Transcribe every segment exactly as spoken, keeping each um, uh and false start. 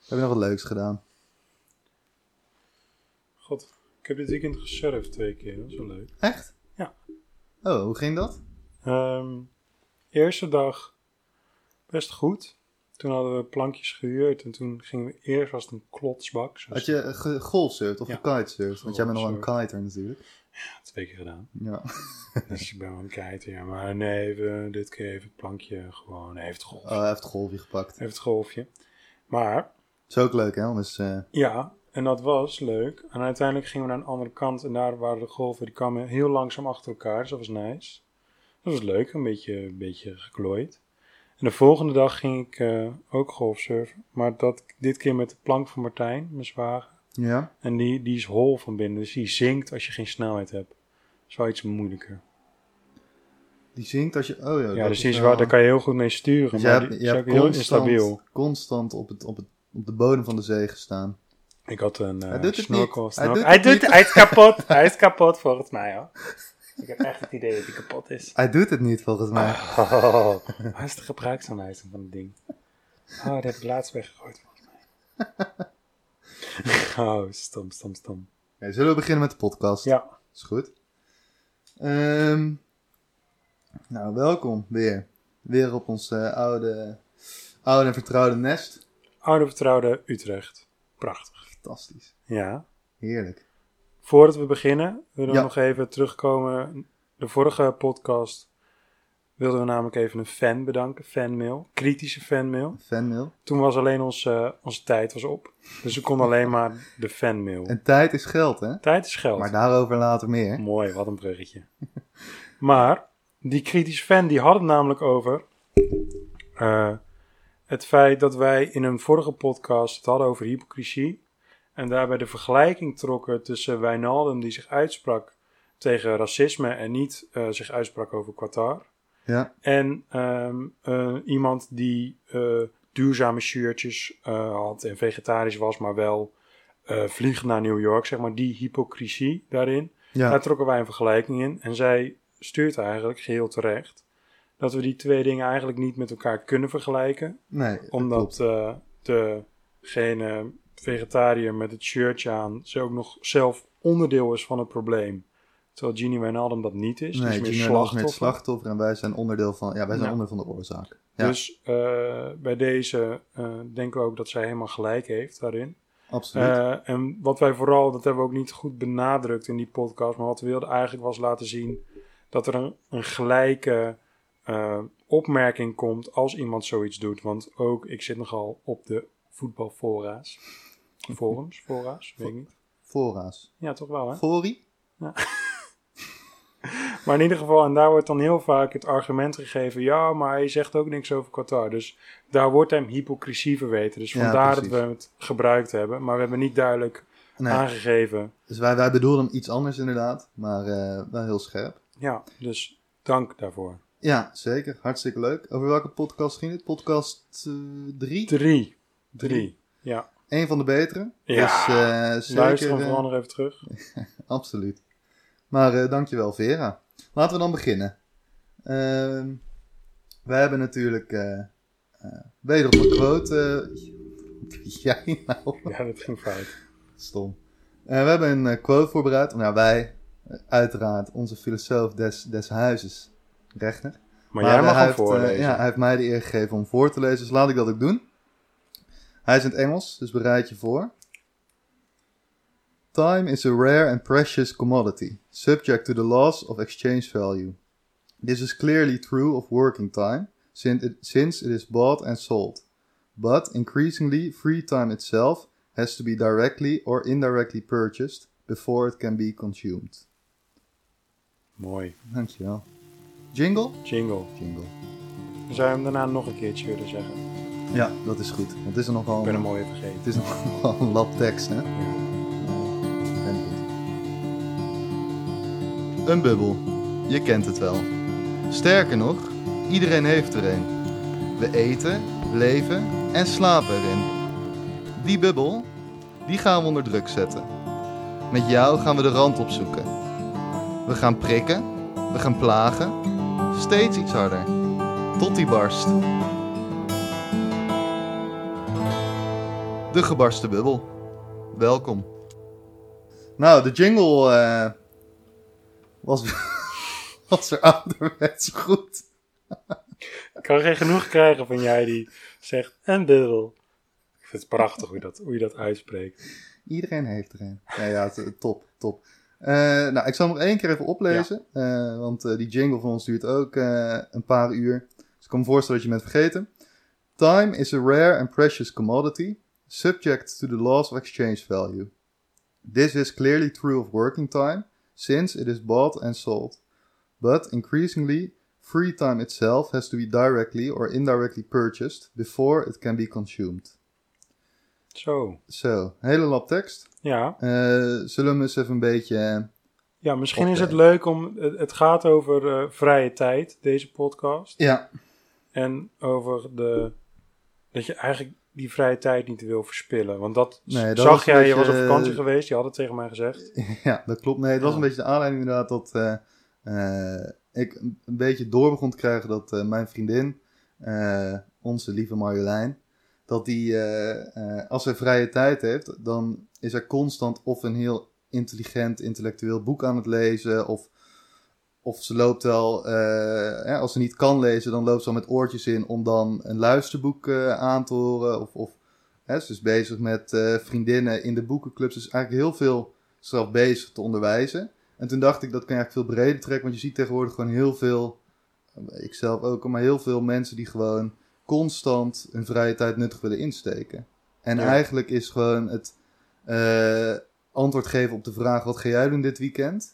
Heb je nog wat leuks gedaan? God, ik heb dit weekend gesurfd twee keer. Dat is wel leuk. Echt? Ja. Oh, hoe ging dat? Um, eerste dag best goed. Toen hadden we plankjes gehuurd en toen gingen we eerst was het een klotsbak. Had je gegolfsurfd of ja. gekitesurfd? Want jij bent nog een kiter natuurlijk. Ja, twee keer gedaan. Ja. Dus ik ben wel een kiter, ja. Maar nee, we, dit keer even het plankje gewoon, hij heeft het golfje. Oh, hij heeft het golfje gepakt. Hij heeft het golfje. Maar... is ook leuk, hè? Dus, uh... ja, en dat was leuk. En uiteindelijk gingen we naar een andere kant en daar waren de golven, die kwamen heel langzaam achter elkaar. Dus dat was nice. Dat was leuk, een beetje, een beetje geklooid. En de volgende dag ging ik uh, ook golfsurfen. Maar dat, dit keer met de plank van Martijn, mijn zwager. Ja. En die, die is hol van binnen, dus die zinkt als je geen snelheid hebt. Dat is wel iets moeilijker. Die zinkt als je... Oh ja, ja dus die is wel, daar kan je heel goed mee sturen. Dus maar je die hebt, is je ook hebt heel constant, instabiel. constant op, het, op, het, op de bodem van de zee gestaan. Ik had een uh, hij doet het snorkel. niet. snorkel. Hij, doet hij, het doet, niet. hij is kapot. Hij is kapot volgens mij, hoor. Ik heb echt het idee dat hij kapot is. Hij doet het niet, volgens mij. Oh, waar is de gebruiksaanwijzing van het ding? Oh, dat heb ik laatst weggegooid, volgens mij. Oh, stom, stom, stom. Okay, zullen we beginnen met de podcast? Ja. Is goed. Um, nou, welkom weer. Weer op ons uh, oude, oude en vertrouwde nest. Oude vertrouwde Utrecht. Prachtig. Fantastisch. Ja. Heerlijk. Voordat we beginnen, willen we ja. nog even terugkomen. De vorige podcast wilden we namelijk even een fan bedanken. Fanmail. Kritische fanmail. Fanmail. Toen was alleen onze, uh, onze tijd was op. Dus we konden alleen maar de fanmail. En tijd is geld, hè? Tijd is geld. Maar daarover later meer. Mooi, wat een bruggetje. Maar die kritische fan die had het namelijk over uh, het feit dat wij in een vorige podcast het hadden over hypocrisie. En daarbij de vergelijking trokken tussen Wijnaldum die zich uitsprak tegen racisme en niet uh, zich uitsprak over Qatar. Ja. En um, uh, iemand die uh, duurzame shirtjes uh, had en vegetarisch was, maar wel uh, vliegen naar New York, zeg maar, die hypocrisie daarin. Ja. Daar trokken wij een vergelijking in. En zij stuurt eigenlijk, geheel terecht, dat we die twee dingen eigenlijk niet met elkaar kunnen vergelijken. Nee, omdat uh, degene vegetariër met het shirtje aan ze ook nog zelf onderdeel is van het probleem. Terwijl Gini Wijnaldum dat niet is. Nee, die is meer Gini slachtoffer. is meer slachtoffer en wij zijn onderdeel van, ja, wij zijn ja. onderdeel van de oorzaak. Ja. Dus uh, bij deze uh, denken we ook dat zij helemaal gelijk heeft daarin. Absoluut. Uh, en wat wij vooral, dat hebben we ook niet goed benadrukt in die podcast, maar wat we wilden eigenlijk was laten zien dat er een, een gelijke uh, opmerking komt als iemand zoiets doet. Want ook, ik zit nogal op de voetbalfora's. Forums, fora's, weet ik niet. Fora's. Ja, toch wel, hè? Fori? Ja. Maar in ieder geval, en daar wordt dan heel vaak het argument gegeven, ja, maar hij zegt ook niks over Qatar. Dus daar wordt hem hypocrisie verweten. Dus vandaar ja, dat we het gebruikt hebben. Maar we hebben niet duidelijk nee. aangegeven. Dus wij, wij bedoelden iets anders inderdaad, maar uh, wel heel scherp. Ja, dus dank daarvoor. Ja, zeker. Hartstikke leuk. Over welke podcast ging het? Podcast uh, drie? Drie. Drie, ja. Eén van de betere. Ja, dus, uh, zeker, luister hem vooral nog even terug. Absoluut. Maar uh, dankjewel Vera. Laten we dan beginnen. Uh, we hebben natuurlijk uh, uh, wederom een quote. Uh, jij nou? Ja, dat ging fout. Stom. Uh, we hebben een uh, quote voorbereid. Nou, wij, uh, uiteraard, onze filosoof des, des huizes, Rechner. Maar, maar jij mag hem voorlezen. Uh, ja, hij heeft mij de eer gegeven om voor te lezen, dus laat ik dat ook doen. Hij is in het Engels, dus bereid je voor. Time is a rare and precious commodity, subject to the laws of exchange value. This is clearly true of working time, since it, since it is bought and sold. But increasingly, free time itself has to be directly or indirectly purchased before it can be consumed. Mooi. Dankjewel. Jingle? Jingle. Jingle. Zou je hem daarna nog een keertje willen zeggen? Ja, dat is goed. Want het is er nogal... Ik ben hem mooi vergeten. Het is nogal een lap tekst, hè? Ja. Een bubbel. Je kent het wel. Sterker nog, iedereen heeft er een. We eten, leven en slapen erin. Die bubbel, die gaan we onder druk zetten. Met jou gaan we de rand opzoeken. We gaan prikken, we gaan plagen, steeds iets harder. Tot die barst. De gebarsten bubbel. Welkom. Nou, de jingle uh, was, was er ouderwets goed. Ik kan geen genoeg krijgen van jij die zegt en bubbel. Ik vind het prachtig hoe je dat, hoe je dat uitspreekt. Iedereen heeft er een. Ja, ja, top, top. Uh, nou, ik zal nog één keer even oplezen. Ja. Uh, want uh, die jingle van ons duurt ook uh, een paar uur. Dus ik kan me voorstellen dat je bent vergeten. Time is a rare and precious commodity, subject to the laws of exchange value. This is clearly true of working time, since it is bought and sold. But increasingly, free time itself has to be directly or indirectly purchased before it can be consumed. Zo. Zo, hele lap tekst. Ja. Uh, zullen we hem eens even een beetje... Uh, ja, misschien opnemen. Is het leuk om... Het gaat over uh, vrije tijd, deze podcast. Ja. En over de... Dat je eigenlijk die vrije tijd niet wil verspillen. Want dat, nee, dat zag jij, je was op vakantie uh, geweest, je had het tegen mij gezegd. Ja, dat klopt. Nee, het was ja. een beetje de aanleiding inderdaad dat uh, uh, ik een beetje door begon te krijgen dat uh, mijn vriendin, uh, onze lieve Marjolein, dat die, uh, uh, als zij vrije tijd heeft, dan is hij constant of een heel intelligent, intellectueel boek aan het lezen, of... Of ze loopt wel, uh, ja, als ze niet kan lezen, dan loopt ze al met oortjes in om dan een luisterboek uh, aan te horen. Of, of hè, ze is bezig met uh, vriendinnen in de boekenclubs. Ze is eigenlijk heel veel zelf bezig te onderwijzen. En toen dacht ik, dat kan je eigenlijk veel breder trekken. Want je ziet tegenwoordig gewoon heel veel, ik zelf ook, maar heel veel mensen die gewoon constant hun vrije tijd nuttig willen insteken. En ja. eigenlijk is gewoon het uh, antwoord geven op de vraag, wat ga jij doen dit weekend?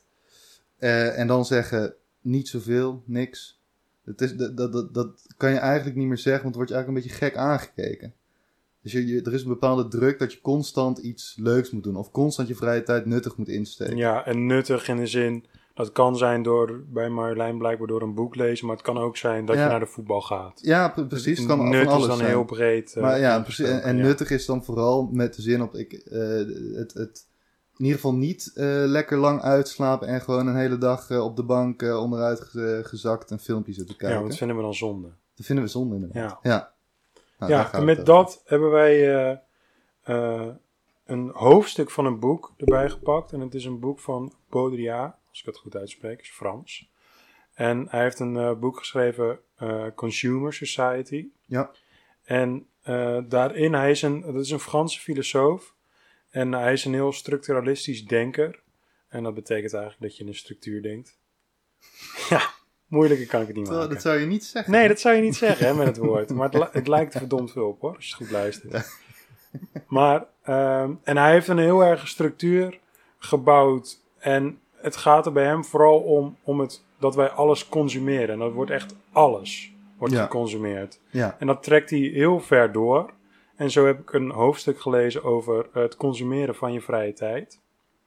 Uh, en dan zeggen, niet zoveel, niks. Dat, is, dat, dat, dat kan je eigenlijk niet meer zeggen, want dan word je eigenlijk een beetje gek aangekeken. Dus je, je, er is een bepaalde druk dat je constant iets leuks moet doen. Of constant je vrije tijd nuttig moet insteken. Ja, en nuttig in de zin, dat kan zijn door, bij Marjolein blijkbaar door een boek lezen. Maar het kan ook zijn dat ja. je naar de voetbal gaat. Ja, pre- precies. Het kan nut van alles is dan zijn. Heel breed. Uh, maar ja, precies. En, en ja. nuttig is dan vooral met de zin op, ik, uh, het... het in ieder geval niet uh, lekker lang uitslapen en gewoon een hele dag uh, op de bank uh, onderuit ge- gezakt een filmpje zitten kijken. Ja, dat vinden we dan zonde. Dat vinden we zonde inderdaad. Ja, ja. Nou, ja en met dat over. hebben wij uh, uh, een hoofdstuk van een boek erbij gepakt. En het is een boek van Baudrillard, als ik het goed uitspreek, is Frans. En hij heeft een uh, boek geschreven, uh, Consumer Society. Ja. En uh, daarin, hij is een, dat is een Franse filosoof. En hij is een heel structuralistisch denker. En dat betekent eigenlijk dat je in een structuur denkt. Ja, moeilijker kan ik het niet maken. Dat zou je niet zeggen. Nee, dat zou je niet zeggen hè, met het woord. Maar het, het lijkt er verdomd veel op hoor, als je het goed luistert. Ja. Maar, um, en hij heeft een heel erg structuur gebouwd. En het gaat er bij hem vooral om, om het, dat wij alles consumeren. En dat wordt echt alles wordt ja. geconsumeerd. Ja. En dat trekt hij heel ver door. En zo heb ik een hoofdstuk gelezen over het consumeren van je vrije tijd.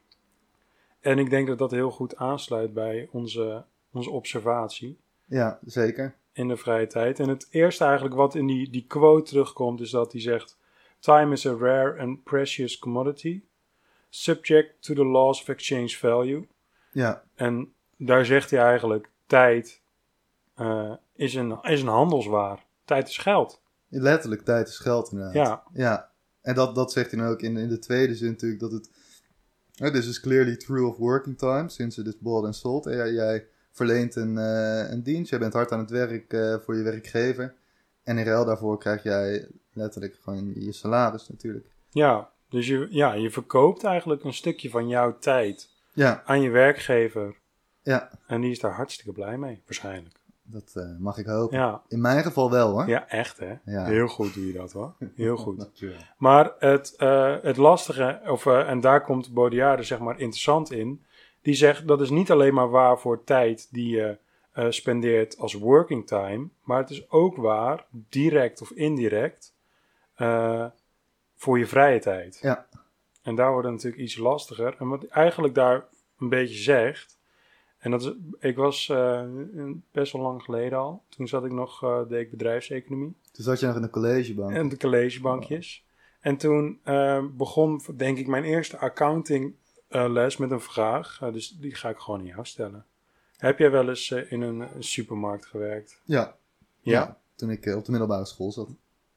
En ik denk dat dat heel goed aansluit bij onze, onze observatie. Ja, zeker. In de vrije tijd. En het eerste eigenlijk wat in die, die quote terugkomt is dat hij zegt... Time is a rare and precious commodity, subject to the laws of exchange value. Ja. En daar zegt hij eigenlijk, tijd uh, is, een, is een handelswaar. Tijd is geld. Letterlijk, tijd is geld inderdaad. Ja. Ja. En dat, dat zegt hij dan ook in, in de tweede zin natuurlijk, dat het... Uh, this is clearly true of working time, since it is bought and sold. En jij, jij verleent een, uh, een dienst, jij bent hard aan het werk uh, voor je werkgever. En in ruil daarvoor krijg jij letterlijk gewoon je salaris natuurlijk. Ja, dus je, ja, je verkoopt eigenlijk een stukje van jouw tijd ja. aan je werkgever. Ja. En die is daar hartstikke blij mee, waarschijnlijk. Dat uh, mag ik hopen. Ja. In mijn geval wel, hoor. Ja, echt, hè? Ja. Heel goed doe je dat, hoor. Heel goed. Maar het, uh, het lastige, of, uh, en daar komt Baudrillard zeg maar interessant in, die zegt dat is niet alleen maar waar voor tijd die je uh, spendeert als working time, maar het is ook waar, direct of indirect, uh, voor je vrije tijd. Ja. En daar wordt het natuurlijk iets lastiger. En wat eigenlijk daar een beetje zegt, en dat is, ik was uh, best wel lang geleden al. Toen zat ik nog, uh, deed ik bedrijfseconomie. Toen zat je nog in de collegebank. En de collegebankjes. Oh. En toen uh, begon, denk ik, mijn eerste accounting uh, les met een vraag. Uh, dus die ga ik gewoon aan jou stellen. Heb jij wel eens uh, in een, een supermarkt gewerkt? Ja. Ja? Ja, toen ik uh, op de middelbare school zat.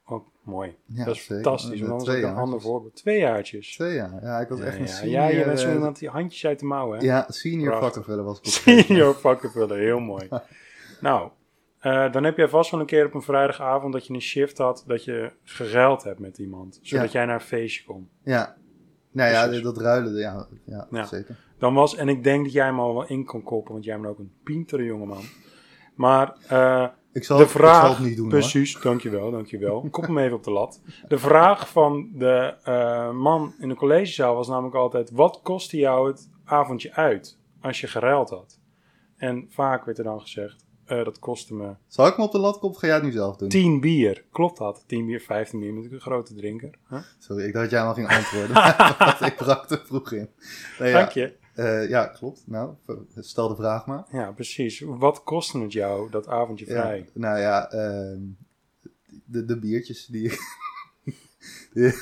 Oh, mooi. Ja, dat is zeker. fantastisch. Want anders ook een ander voorbeeld. Twee jaartjes. Twee jaar. Ja, ik was ja, echt een ja. senior. Ja, je bent zo uh, iemand die handjes uit de mouwen, hè? Ja, senior Prachtig. vakkenvuller was ik. Senior vakkenvuller, heel mooi. Nou, uh, dan heb jij vast wel een keer op een vrijdagavond dat je een shift had, dat je geruild hebt met iemand. Zodat ja. jij naar een feestje komt. Ja. Nou ja, Precies. dat ruilen, ja, ja, ja, zeker. Dan was, en ik denk dat jij me al wel in kon koppen, want jij bent ook een pintere jongeman. Maar uh, ik zal, de vraag... Ik zal het niet doen, Precies, hoor. dankjewel, dankjewel. Kop hem even op de lat. De vraag van de uh, man in de collegezaal was namelijk altijd, wat kostte jou het avondje uit als je geruild had? En vaak werd er dan gezegd, uh, dat kostte me... Zal ik hem op de lat koppen of ga jij het nu zelf doen? tien bier. Klopt dat? tien bier, vijftien bier met een grote drinker. Huh? Sorry, ik dacht dat jij al ging antwoorden. Ik brak er vroeg in. Nee, ja. Dank je. Uh, ja, klopt. Nou, stel de vraag maar. Ja, precies. Wat kostte het jou, dat avondje vrij? Ja, nou ja, uh, de, de biertjes die... die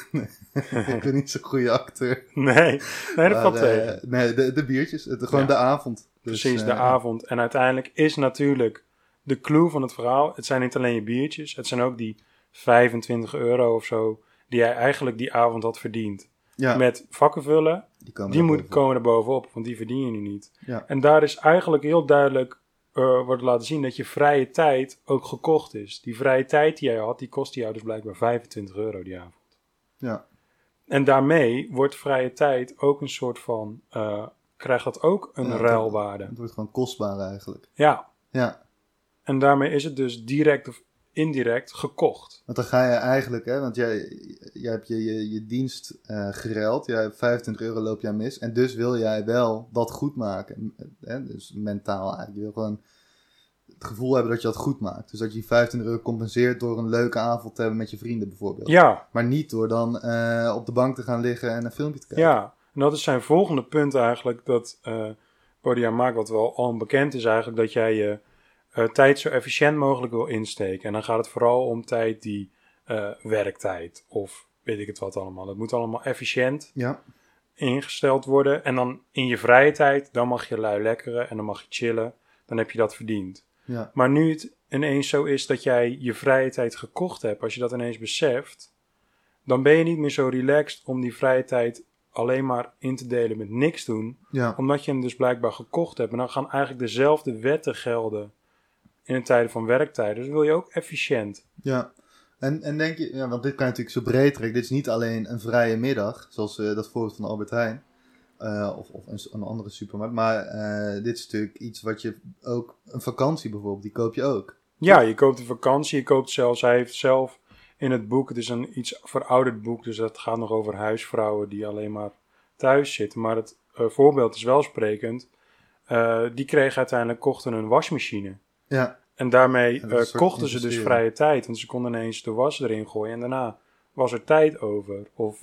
ik ben niet zo'n goede acteur. Nee, nee dat maar, valt uh, tegen. Nee, de, de biertjes. Het, gewoon ja. de avond. Dus, precies, de uh, avond. En uiteindelijk is natuurlijk de clue van het verhaal... Het zijn niet alleen je biertjes. Het zijn ook die vijfentwintig euro of zo... die jij eigenlijk die avond had verdiend. Ja. Met vakkenvullen. Die, komen, die moet, komen er bovenop, want die verdien je nu niet. Ja. En daar is eigenlijk heel duidelijk uh, wordt laten zien dat je vrije tijd ook gekocht is. Die vrije tijd die jij had, die kostte jou dus blijkbaar vijfentwintig euro die avond. Ja. En daarmee wordt vrije tijd ook een soort van, uh, krijgt dat ook een ja, ruilwaarde. Het wordt gewoon kostbaar eigenlijk. Ja. Ja. En daarmee is het dus direct of indirect gekocht. Want dan ga je eigenlijk, hè, want jij, jij hebt je, je, je dienst uh, geruild. Jij hebt vijfentwintig euro loop jij mis. En dus wil jij wel dat goed maken. Hè? Dus mentaal eigenlijk. Je wil gewoon het gevoel hebben dat je dat goed maakt. Dus dat je die vijfentwintig euro compenseert door een leuke avond te hebben met je vrienden bijvoorbeeld. Ja. Maar niet door dan uh, op de bank te gaan liggen en een filmpje te kijken. Ja, en dat is zijn volgende punt eigenlijk. Dat uh, Baudrillard maakt, wat wel al bekend is eigenlijk, dat jij je Uh, tijd zo efficiënt mogelijk wil insteken. En dan gaat het vooral om tijd die uh, werktijd of weet ik het wat allemaal. Dat moet allemaal efficiënt ja. ingesteld worden. En dan in je vrije tijd, dan mag je lui lekkeren en dan mag je chillen. Dan heb je dat verdiend. Ja. Maar nu het ineens zo is dat jij je vrije tijd gekocht hebt, als je dat ineens beseft, dan ben je niet meer zo relaxed om die vrije tijd alleen maar in te delen met niks doen. Ja. Omdat je hem dus blijkbaar gekocht hebt. En dan gaan eigenlijk dezelfde wetten gelden in de tijden van werktijden. Dus wil je ook efficiënt. Ja, en, en denk je, ja, want dit kan je natuurlijk zo breed trekken. Dit is niet alleen een vrije middag, zoals uh, dat voorbeeld van Albert Heijn. Uh, of of een, een andere supermarkt. Maar uh, dit is natuurlijk iets wat je ook, een vakantie bijvoorbeeld, die koop je ook. Ja, je koopt een vakantie, je koopt zelfs, hij heeft zelf in het boek, het is een iets verouderd boek, dus dat gaat nog over huisvrouwen die alleen maar thuis zitten. Maar het uh, voorbeeld is wel sprekend. Uh, die kregen uiteindelijk, kochten een wasmachine. Ja. En daarmee uh, kochten ze dus vrije tijd. Want ze konden ineens de was erin gooien. En daarna was er tijd over. Of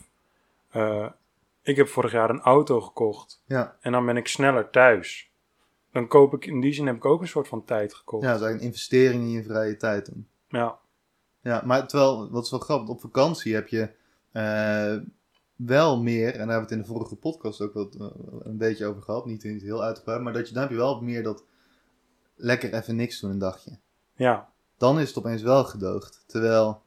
uh, ik heb vorig jaar een auto gekocht. Ja. En dan ben ik sneller thuis. Dan koop ik, in die zin heb ik ook een soort van tijd gekocht. Ja, dat is eigenlijk een investering in je vrije tijd doen. Ja. Ja, maar terwijl, wat is wel grappig, op vakantie heb je uh, wel meer, en daar hebben we het in de vorige podcast ook wel uh, een beetje over gehad. Niet, niet heel uitgebreid, maar dat je, dan heb je wel meer dat lekker even niks doen een dagje. Ja. Dan is het opeens wel gedoogd. Terwijl,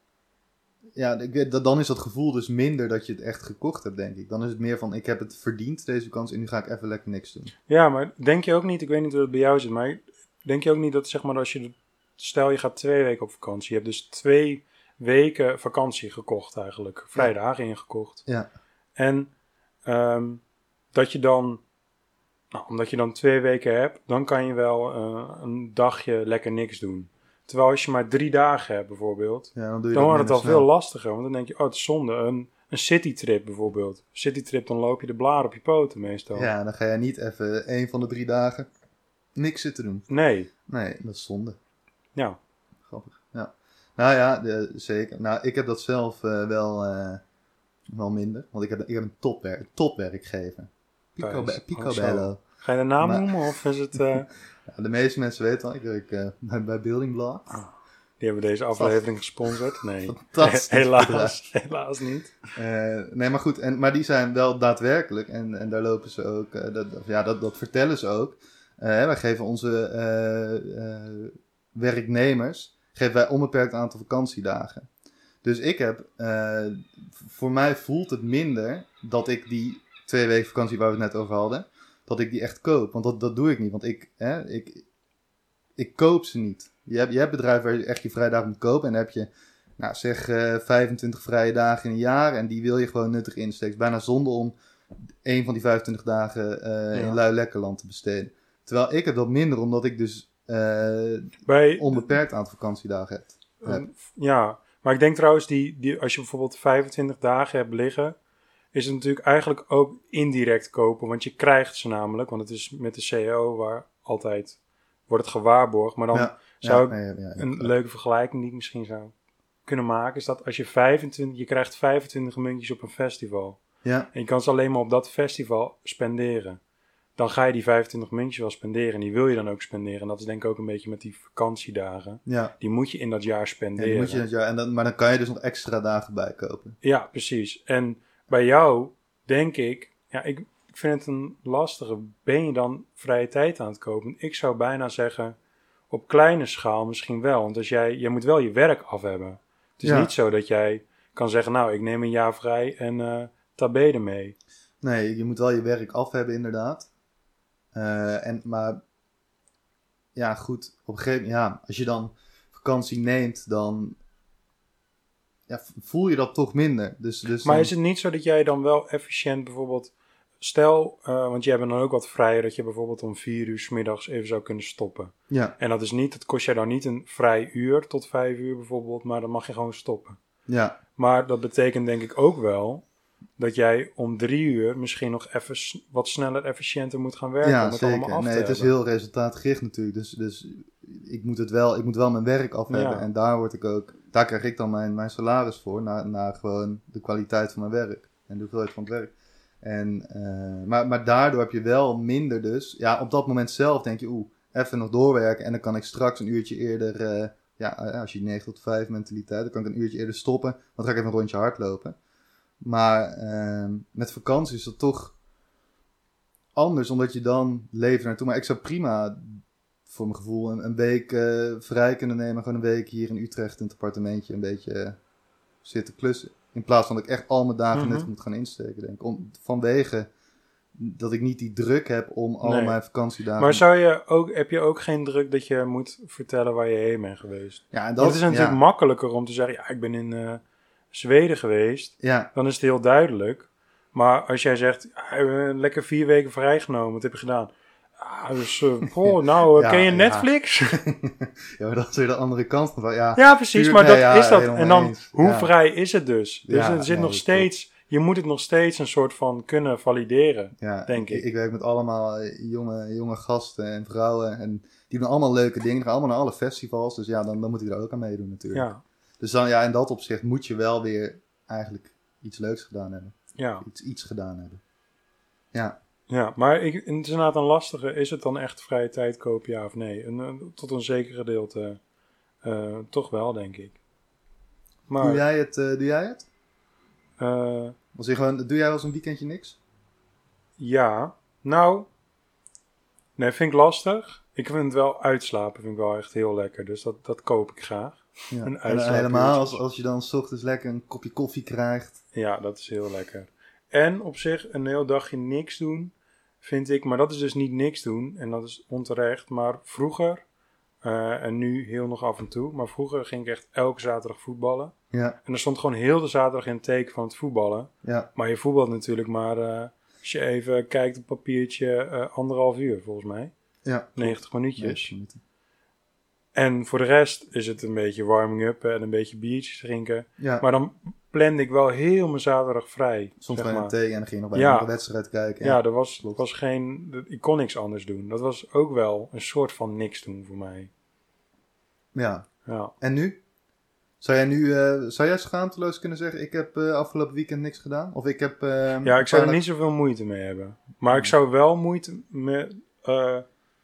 ja, ik weet, dan is dat gevoel dus minder dat je het echt gekocht hebt, denk ik. Dan is het meer van, ik heb het verdiend, deze vakantie, en nu ga ik even lekker niks doen. Ja, maar denk je ook niet, ik weet niet hoe het bij jou zit, maar denk je ook niet dat, zeg maar, als je, stel je gaat twee weken op vakantie, je hebt dus twee weken vakantie gekocht eigenlijk, vrijdagen ja. ingekocht. Ja. En um, dat je dan, nou, omdat je dan twee weken hebt, dan kan je wel uh, een dagje lekker niks doen. Terwijl als je maar drie dagen hebt bijvoorbeeld, ja, dan, doe je dan wordt het al snel. Veel lastiger. Want dan denk je, oh het is zonde, een, een citytrip bijvoorbeeld. Citytrip, dan loop je de blaren op je poten meestal. Ja, dan ga je niet even één van de drie dagen niks zitten doen. Nee. Nee, dat is zonde. Ja. Grappig, ja. Nou ja, de, zeker. Nou, ik heb dat zelf uh, wel, uh, wel minder. Want ik heb, ik heb een topwerk, topwerkgever. Pico, Picobello. Ga je de naam maar, noemen of is het... Uh... ja, de meeste mensen weten al, ik werk uh, bij, bij Building Block. Oh, die hebben deze aflevering gesponsord. Nee, fantastisch. helaas, helaas niet. Uh, nee, maar goed, en, maar die zijn wel daadwerkelijk. En, en daar lopen ze ook, uh, dat, ja, dat, dat vertellen ze ook. Uh, wij geven onze uh, uh, werknemers, geven wij onbeperkt aantal vakantiedagen. Dus ik heb, uh, voor mij voelt het minder dat ik die twee weken vakantie waar we het net over hadden, dat ik die echt koop. Want dat, dat doe ik niet, want ik, hè, ik, ik koop ze niet. Je hebt, je hebt bedrijven waar je echt je vrije dagen moet kopen en dan heb je, nou zeg, uh, vijfentwintig vrije dagen in een jaar en die wil je gewoon nuttig insteken. Bijna zonde om een van die vijfentwintig dagen uh, ja. in lui lekkerland te besteden. Terwijl ik heb dat minder, omdat ik dus uh, Bij, onbeperkt aantal vakantiedagen heb. Um, ja, maar ik denk trouwens, die, die, als je bijvoorbeeld vijfentwintig dagen hebt liggen, is het natuurlijk eigenlijk ook indirect kopen. Want je krijgt ze namelijk, want het is met de C A O waar altijd wordt het gewaarborgd. Maar dan ja, zou ja, ik ja, ja, ja, een ja. leuke vergelijking die ik misschien zou kunnen maken, is dat als je vijfentwintig, je krijgt vijfentwintig muntjes op een festival. Ja. En je kan ze alleen maar op dat festival spenderen. Dan ga je die vijfentwintig muntjes wel spenderen. En die wil je dan ook spenderen. En dat is denk ik ook een beetje met die vakantiedagen. Ja. Die moet je in dat jaar spenderen. Ja, die moet je in dat jaar, en dan, maar dan kan je dus nog extra dagen bij kopen. Ja, precies. En bij jou denk ik, ja, ik, ik vind het een lastige. Ben je dan vrije tijd aan het kopen? Ik zou bijna zeggen, op kleine schaal misschien wel. Want als jij, jij moet wel je werk af hebben. Het is ja. niet zo dat jij kan zeggen, nou, ik neem een jaar vrij en uh, tabé mee. Nee, je moet wel je werk af hebben inderdaad. Uh, en, maar ja, goed, op een gegeven moment, ja, als je dan vakantie neemt, dan ja, voel je dat toch minder. Dus, dus maar dan... is het niet zo dat jij dan wel efficiënt bijvoorbeeld, stel, uh, want jij bent dan ook wat vrijer, dat je bijvoorbeeld om vier uur 's middags even zou kunnen stoppen. Ja. En dat is niet, dat kost jij dan niet een vrij uur tot vijf uur bijvoorbeeld, maar dan mag je gewoon stoppen. Ja. Maar dat betekent denk ik ook wel dat jij om drie uur misschien nog even s- wat sneller, efficiënter moet gaan werken. Ja, om het zeker. allemaal af Nee, te het is hebben. heel resultaatgericht natuurlijk. Dus, dus ik moet het wel, ik moet wel mijn werk af hebben. Ja. En daar word ik ook, daar krijg ik dan mijn, mijn salaris voor. Naar, naar gewoon de kwaliteit van mijn werk. En de hoeveelheid van het werk. En, uh, maar, maar daardoor heb je wel minder dus. Ja, op dat moment zelf denk je, oeh, even nog doorwerken. En dan kan ik straks een uurtje eerder, uh, ja, als je negen tot vijf mentaliteit, dan kan ik een uurtje eerder stoppen. Want dan ga ik even een rondje hardlopen. Maar uh, met vakantie is dat toch anders, omdat je dan leeft naartoe. Maar ik zou prima, voor mijn gevoel, een, een week uh, vrij kunnen nemen. Gewoon een week hier in Utrecht in het appartementje een beetje uh, zitten klussen. In plaats van dat ik echt al mijn dagen Mm-hmm. net moet gaan insteken, denk ik. Om, vanwege dat ik niet die druk heb om al Nee. mijn vakantiedagen... Maar zou je ook, heb je ook geen druk dat je moet vertellen waar je heen bent geweest? Ja, en Dat dat is natuurlijk ja, makkelijker om te zeggen, ja, ik ben in uh, Zweden geweest. Ja, Dan is het heel duidelijk. Maar als jij zegt, ja, uh, lekker vier weken vrijgenomen, wat heb je gedaan? Ah, dus, uh, oh, nou, uh, Ja, ken je ja. Netflix? ja, maar dat is weer de andere kant van... Ja, Ja, precies, tuur- maar nee, dat ja, is dat. helemaal En dan, eens. hoe Ja. vrij is het dus? Dus Ja, er zit nee, nog dat steeds, je moet het nog steeds een soort van kunnen valideren, Ja, denk ik. ik. Ik werk met allemaal jonge, jonge gasten en vrouwen. En die doen allemaal leuke dingen. Die gaan allemaal naar alle festivals. Dus ja, dan, dan moet ik er ook aan meedoen natuurlijk. Ja, Dus dan, ja, in dat opzicht moet je wel weer eigenlijk iets leuks gedaan hebben. ja, Iets, iets gedaan hebben. Ja. ja. Maar ik, het is inderdaad een lastige, is het dan echt vrije tijd kopen, ja of nee? En, uh, tot een zeker gedeelte uh, toch wel, denk ik. Maar, Doe jij het? Uh, doe jij het? Uh, Was je gewoon, doe jij wel eens een weekendje niks? Ja, nou, nee, vind ik lastig. Ik vind het wel uitslapen, vind ik wel echt heel lekker. Dus dat, dat koop ik graag. Ja. Een En helemaal uitslaapuurtjes. als, als je dan 's ochtends lekker een kopje koffie krijgt. Ja, dat is heel lekker. En op zich een heel dagje niks doen, vind ik, maar dat is dus niet niks doen. En dat is onterecht. Maar vroeger, uh, en nu heel nog af en toe, maar vroeger ging ik echt elke zaterdag voetballen. Ja, En er stond gewoon heel de zaterdag in het teken van het voetballen. ja. Maar je voetbalt natuurlijk maar, uh, als je even kijkt op papiertje, uh, anderhalf uur volgens mij. Ja. negentig minuutjes. negentig minuten. En voor de rest is het een beetje warming-up en een beetje biertjes drinken. Ja. Maar dan plande ik wel heel mijn zaterdag vrij. Soms zeg gewoon maar. een thee en dan ging je nog bij Ja. een andere wedstrijd kijken. Ja, er was, klopt. was geen... Ik kon niks anders doen. Dat was ook wel een soort van niks doen voor mij. Ja. Ja. En nu? Zou jij nu, uh, zou jij schaamteloos kunnen zeggen, ik heb uh, afgelopen weekend niks gedaan? Of ik heb... Uh, Ja, ik zou er paar- niet zoveel moeite mee hebben. Maar ik zou wel moeite met... Uh,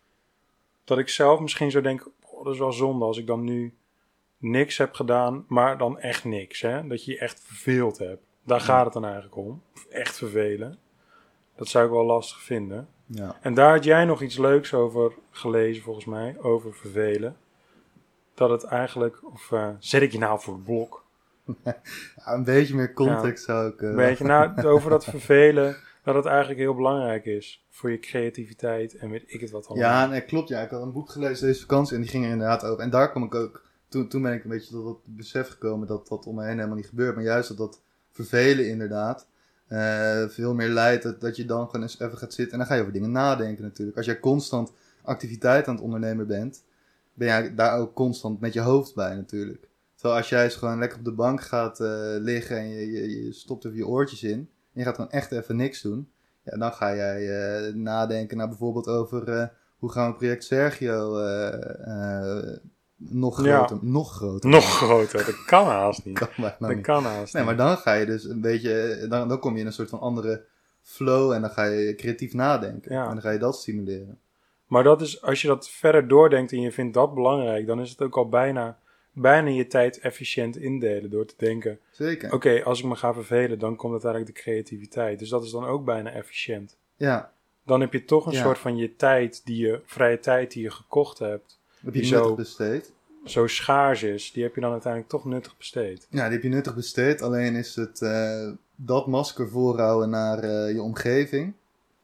dat ik zelf misschien zou denken... Oh, dat is wel zonde als ik dan nu niks heb gedaan, maar dan echt niks. Hè? Dat je je echt verveeld hebt. Daar Ja. gaat het dan eigenlijk om. Echt vervelen. Dat zou ik wel lastig vinden. Ja. En daar had jij nog iets leuks over gelezen, volgens mij. Over vervelen. Dat het eigenlijk... Of uh, zet ik je nou voor het blok? Ja, een beetje meer context ja. zou ik... Uh, Weet je, nou, over dat vervelen, dat het eigenlijk heel belangrijk is voor je creativiteit en weet ik het wat allemaal. Ja, nee, klopt. Ja. Ik had een boek gelezen deze vakantie en die ging er inderdaad over. En daar kwam ik ook... Toen, toen ben ik een beetje tot het besef gekomen dat dat om me heen helemaal niet gebeurt. Maar juist dat dat vervelen inderdaad uh, veel meer leidt dat, dat je dan gewoon eens even gaat zitten. En dan ga je over dingen nadenken natuurlijk. Als jij constant activiteit aan het ondernemen bent, ben jij daar ook constant met je hoofd bij natuurlijk. Terwijl als jij eens gewoon lekker op de bank gaat uh, liggen en je, je, je stopt even je oortjes in. En je gaat gewoon echt even niks doen. Ja, dan ga jij uh, nadenken nou, bijvoorbeeld over uh, hoe gaan we project Sergio uh, uh, nog groter, ja. nog groter. Nog groter, dat kan haast niet. kan maar dat niet. kan haast nee, niet. Maar dan ga je dus een beetje, dan, dan kom je in een soort van andere flow en dan ga je creatief nadenken. Ja. En dan ga je dat stimuleren. Maar dat is, als je dat verder doordenkt en je vindt dat belangrijk, dan is het ook al bijna, bijna je tijd efficiënt indelen door te denken. Zeker. Oké, okay, als ik me ga vervelen, dan komt uiteindelijk de creativiteit. Dus dat is dan ook bijna efficiënt. Ja. Dan heb je toch een ja. soort van je tijd, die je, vrije tijd die je gekocht hebt. Heb je nuttig besteed? Zo schaars is, die heb je dan uiteindelijk toch nuttig besteed. Ja, die heb je nuttig besteed. Alleen is het uh, dat masker voorhouden naar uh, je omgeving.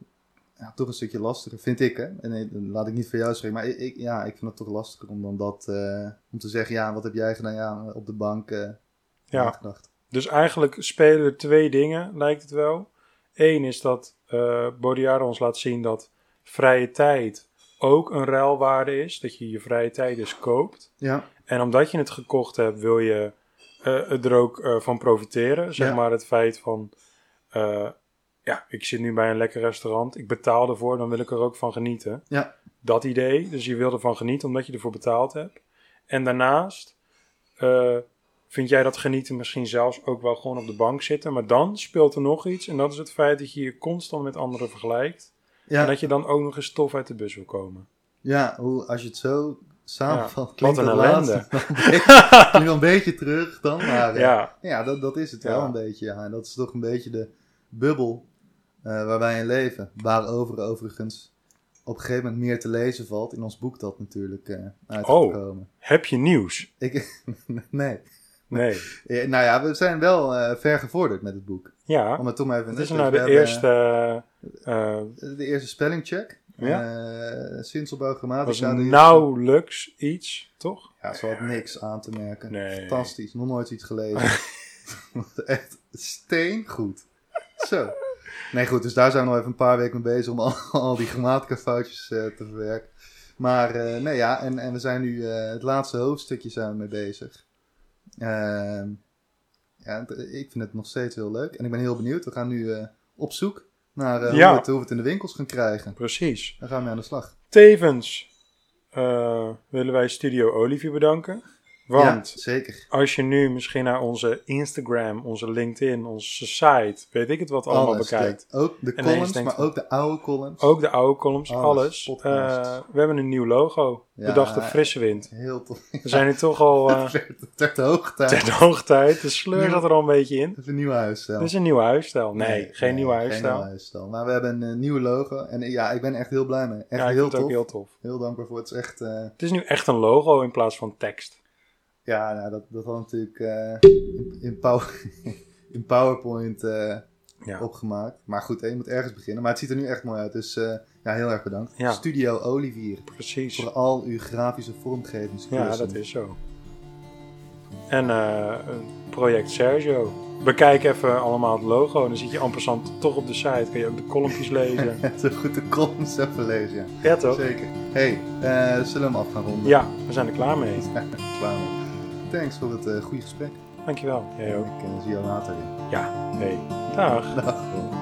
Ja, toch een stukje lastiger, vind ik, hè. En nee, laat ik niet voor jou spreken, maar ik, ik, ja, ik vind het toch lastiger om dan dat, uh, om te zeggen, ja, wat heb jij gedaan? Ja, op de bank uh, ja. nagedacht. Dus eigenlijk spelen er twee dingen, lijkt het wel. Eén is dat uh, Baudrillard ons laat zien dat vrije tijd ook een ruilwaarde is. Dat je je vrije tijd dus koopt. Ja. En omdat je het gekocht hebt, wil je uh, er ook uh, van profiteren. Zeg ja. maar het feit van, uh, ja, ik zit nu bij een lekker restaurant. Ik betaal ervoor, dan wil ik er ook van genieten. Ja. Dat idee. Dus je wil ervan genieten omdat je ervoor betaald hebt. En daarnaast uh, vind jij dat genieten misschien zelfs ook wel gewoon op de bank zitten. Maar dan speelt er nog iets. En dat is het feit dat je je constant met anderen vergelijkt. Ja. En dat je dan ook nog eens tof uit de bus wil komen. Ja, hoe, als je het zo samenvat, ja, klinkt wat een ellende. Dan nog een beetje terug dan. Maar uh, ja, ja dat, dat is het wel ja. een beetje. Ja. En dat is toch een beetje de bubbel uh, waar wij in leven. Waarover overigens op een gegeven moment meer te lezen valt. In ons boek dat natuurlijk uh, uitgekomen. Oh, heb je nieuws? Ik, nee. Nee. Ja, nou ja, we zijn wel uh, ver gevorderd met het boek. Ja, om het toch maar even het is nou de eerste... Uh, de eerste spellingcheck. Ja? Uh, Zinselbouw, grammatica. Dat was nauwelijks iets, toch? Ja, ze had niks aan te merken. Nee. Fantastisch, nog nooit iets gelezen. Echt steengoed. Zo. Nee goed, dus daar zijn we nog even een paar weken mee bezig om al, al die grammatica foutjes uh, te verwerken. Maar uh, nee ja, en, en we zijn nu uh, het laatste hoofdstukje zijn we mee bezig. Uh, ja, ik vind het nog steeds heel leuk. En ik ben heel benieuwd. We gaan nu uh, op zoek naar uh, ja. hoe, we het, hoe we het in de winkels gaan krijgen. Precies. Dan gaan we mee aan de slag. Tevens uh, willen wij Studio Olivier bedanken. Want ja, zeker. Als je nu misschien naar onze Instagram, onze LinkedIn, onze site, weet ik het wat allemaal alles, bekijkt. De, ook de columns, denkt, maar ook de oude columns. Ook de oude columns, alles. alles. Uh, we hebben een nieuw logo. Ja, bedacht op frisse wind. Heel tof. We zijn nu toch al... Uh, ter de hoogtijd. Ter de hoogtijd. De sleur zat er al een beetje in. Dat is een nieuwe huisstijl. Dat is een nieuwe huisstijl. Nee, nee geen nee, nieuwe huisstijl. Geen nieuwe huisstijl. Maar we hebben een uh, nieuwe logo. En uh, ja, ik ben echt heel blij mee. Echt ja, ik heel vind het tof. ook heel tof. Heel dankbaar voor. Het is echt... Uh... Het is nu echt een logo in plaats van tekst. Ja, nou, dat, dat had natuurlijk uh, in, in, power, in PowerPoint uh, ja. opgemaakt. Maar goed, je moet ergens beginnen. Maar het ziet er nu echt mooi uit. Dus uh, ja, heel erg bedankt. Ja. Studio Olivier. Precies. Voor al uw grafische vormgevingscursussen. Ja, dat is zo. En uh, project Sergio. Bekijk even allemaal het logo. En dan zit je en passant toch op de site. Kun je ook de columns lezen. Zo goed de columns even lezen, ja. Ja, toch? Zeker. Hey, uh, zullen we hem af gaan ronden? Ja, we zijn er klaar mee. We zijn er klaar mee. Thanks voor het uh, goede gesprek. Dankjewel. Jij ook. Ik uh, zie jou later weer. Ja, hey. Dag. Dag.